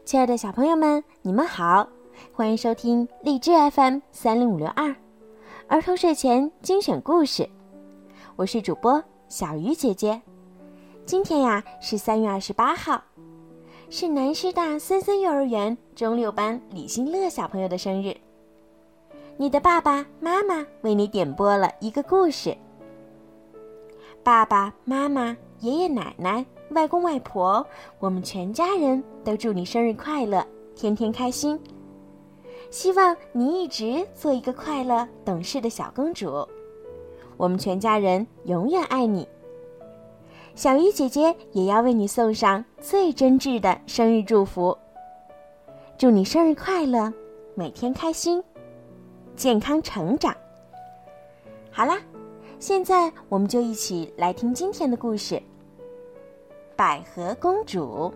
亲爱的小朋友们，你们好，欢迎收听荔枝 FM30562儿童睡前精选故事。我是主播小鱼姐姐。今天呀是3月28号，是南师大森森幼儿园中6班李新乐小朋友的生日。你的爸爸妈妈为你点播了一个故事。爸爸妈妈、爷爷奶奶、外公外婆，我们全家人都祝你生日快乐，天天开心。希望你一直做一个快乐懂事的小公主。我们全家人永远爱你。小鱼姐姐也要为你送上最真挚的生日祝福。祝你生日快乐，每天开心，健康成长。好啦，现在我们就一起来听今天的故事。百合公主。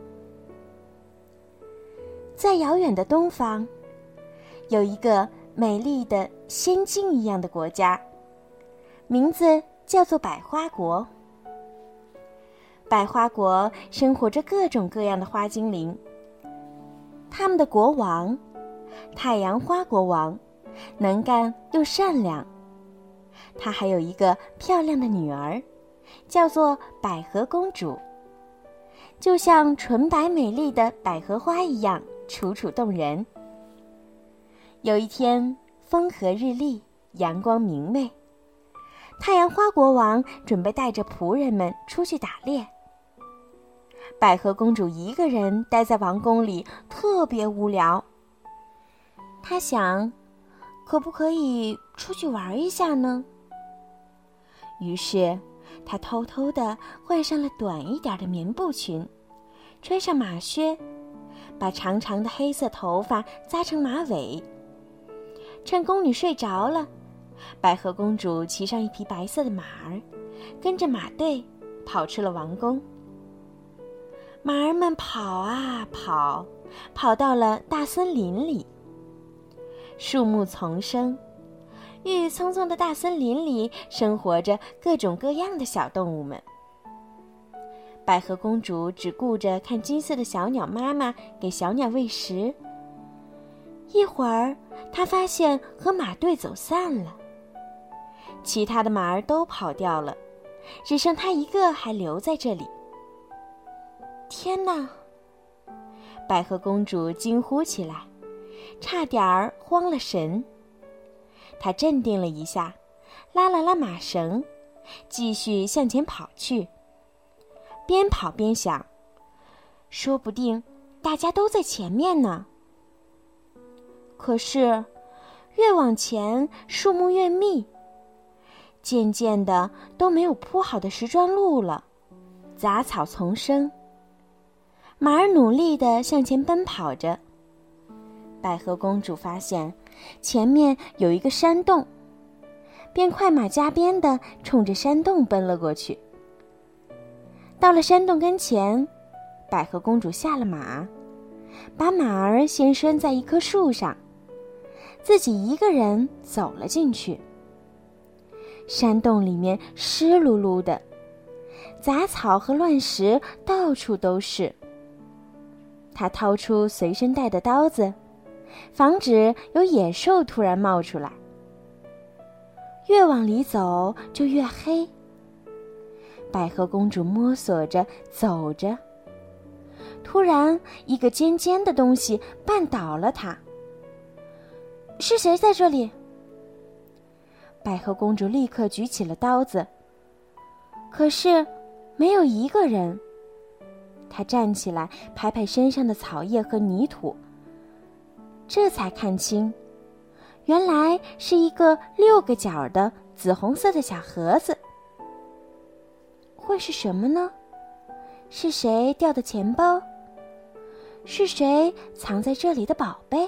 在遥远的东方，有一个美丽的仙境一样的国家，名字叫做百花国。百花国生活着各种各样的花精灵，他们的国王，太阳花国王，能干又善良。他还有一个漂亮的女儿，叫做百合公主，就像纯白美丽的百合花一样楚楚动人。有一天，风和日丽，阳光明媚，太阳花国王准备带着仆人们出去打猎。百合公主一个人待在王宫里，特别无聊。她想，可不可以出去玩一下呢？于是她偷偷地换上了短一点的棉布裙，穿上马靴，把长长的黑色头发扎成马尾。趁宫女睡着了，百合公主骑上一匹白色的马儿，跟着马队跑出了王宫。马儿们跑啊跑，跑到了大森林里。树木丛生，郁郁葱葱的大森林里生活着各种各样的小动物们。百合公主只顾着看金色的小鸟妈妈给小鸟喂食。一会儿，她发现和马队走散了，其他的马儿都跑掉了，只剩她一个还留在这里。天哪！百合公主惊呼起来，差点儿慌了神。她镇定了一下，拉了拉马绳，继续向前跑去。边跑边想，说不定大家都在前面呢。可是越往前，树木越密，渐渐的都没有铺好的石砖路了，杂草丛生。马儿努力地向前奔跑着。百合公主发现前面有一个山洞，便快马加鞭地冲着山洞奔了过去。到了山洞跟前，百合公主下了马，把马儿先拴在一棵树上，自己一个人走了进去。山洞里面湿漉漉的，杂草和乱石到处都是。她掏出随身带的刀子，防止有野兽突然冒出来。越往里走就越黑。百合公主摸索着走着，突然一个尖尖的东西绊倒了她。是谁在这里？百合公主立刻举起了刀子，可是没有一个人。她站起来，拍拍身上的草叶和泥土，这才看清，原来是一个6个角的紫红色的小盒子。会是什么呢？是谁掉的钱包？是谁藏在这里的宝贝？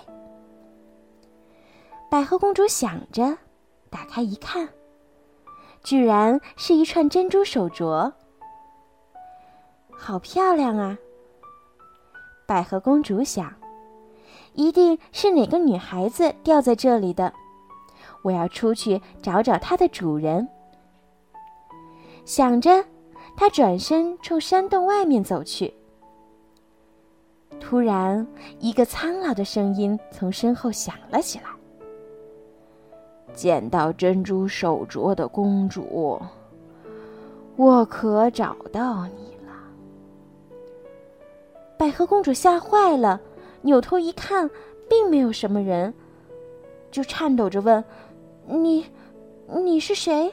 百合公主想着，打开一看，居然是一串珍珠手镯。好漂亮啊！百合公主想，一定是哪个女孩子掉在这里的，我要出去找找她的主人。想着，她转身冲山洞外面走去。 突然，一个苍老的声音从身后响了起来：“见到珍珠手镯的公主，我可找到你了。”百合公主吓坏了，扭头一看，并没有什么人，就颤抖着问：“你是谁？”“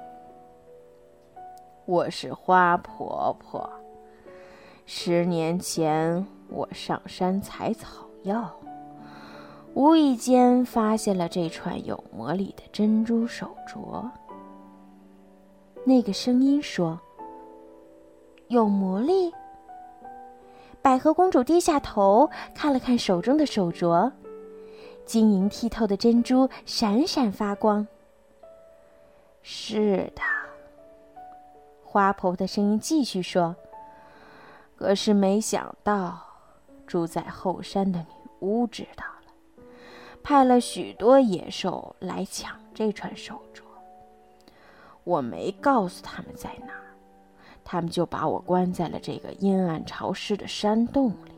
我是花婆婆。10年前，我上山采草药，无意间发现了这串有魔力的珍珠手镯。”那个声音说：“有魔力？”百合公主低下头看了看手中的手镯，晶莹剔透的珍珠闪闪发光。“是的。”花婆婆的声音继续说，“可是没想到住在后山的女巫知道了，派了许多野兽来抢这串手镯。我没告诉他们在哪儿，他们就把我关在了这个阴暗潮湿的山洞里。”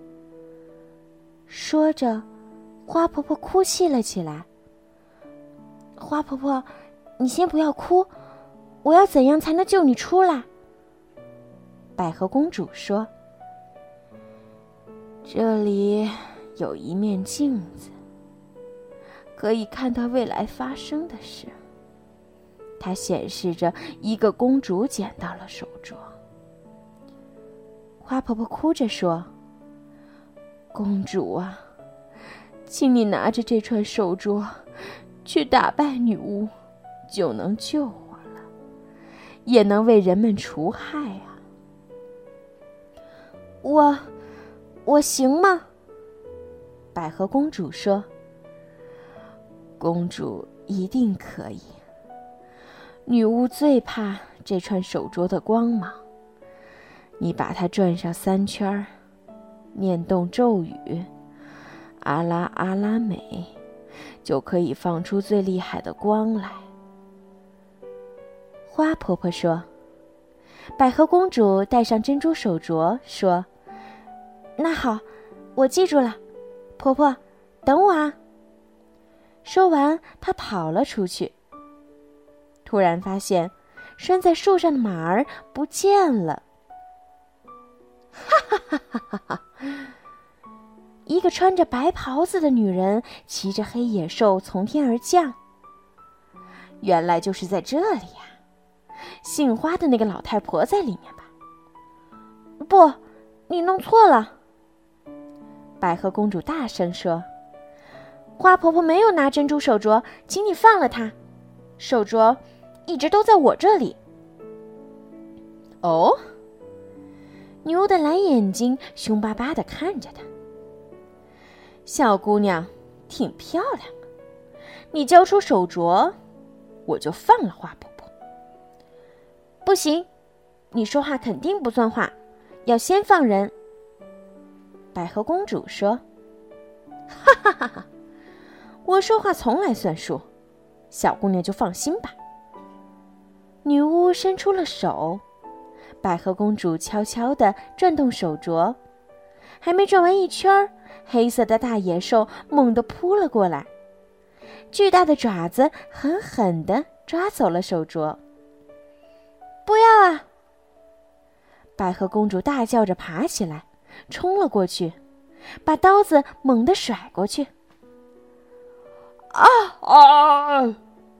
说着，花婆婆哭泣了起来。“花婆婆，你先不要哭，我要怎样才能救你出来？”百合公主说：“这里有一面镜子，可以看到未来发生的事。它显示着一个公主捡到了手镯。”花婆婆哭着说：“公主啊，请你拿着这串手镯去打败女巫，就能救我了，也能为人们除害啊。”“我行吗？”百合公主说。“公主一定可以。女巫最怕这串手镯的光芒，你把它转上3圈，念动咒语阿拉阿拉美，就可以放出最厉害的光来。”花婆婆说。百合公主戴上珍珠手镯说：“那好，我记住了。婆婆，等我啊。”说完，她跑了出去。突然发现拴在树上的马儿不见了。哈哈哈哈哈！一个穿着白袍子的女人骑着黑野兽从天而降。原来就是在这里呀！姓花的那个老太婆在里面吧？不，你弄错了。百合公主大声说：“花婆婆没有拿珍珠手镯，请你放了她。手镯一直都在我这里。”“哦？”女巫的蓝眼睛凶巴巴地看着她。“小姑娘，挺漂亮啊，你交出手镯，我就放了花婆婆。”“不行，你说话肯定不算话，要先放人。”百合公主说。“哈哈哈哈，我说话从来算数，小姑娘就放心吧。”女巫伸出了手，百合公主悄悄地转动手镯，还没转完一圈，黑色的大野兽猛地扑了过来，巨大的爪子狠狠地抓走了手镯。“不要啊！”百合公主大叫着爬起来，冲了过去，把刀子猛地甩过去。“啊啊！”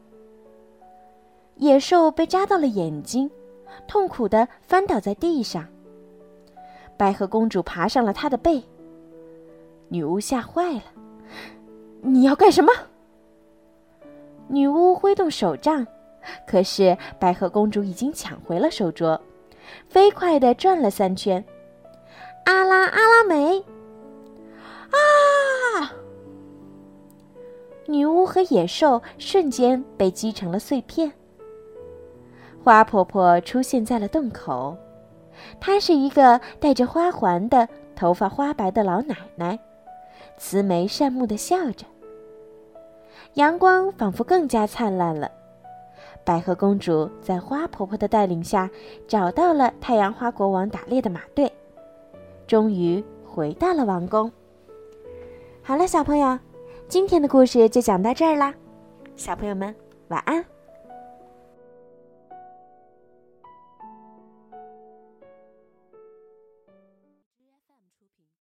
野兽被扎到了眼睛，痛苦地翻倒在地上。百合公主爬上了她的背。女巫吓坏了：“你要干什么？”女巫挥动手杖，可是百合公主已经抢回了手镯，飞快地转了3圈。阿拉阿拉美！啊！女巫和野兽瞬间被击成了碎片。花婆婆出现在了洞口，她是一个戴着花环的、头发花白的老奶奶，慈眉善目地笑着。阳光仿佛更加灿烂了。百合公主在花婆婆的带领下找到了太阳花国王打猎的马队，终于回到了王宫。好了，小朋友，今天的故事就讲到这儿啦，小朋友们晚安。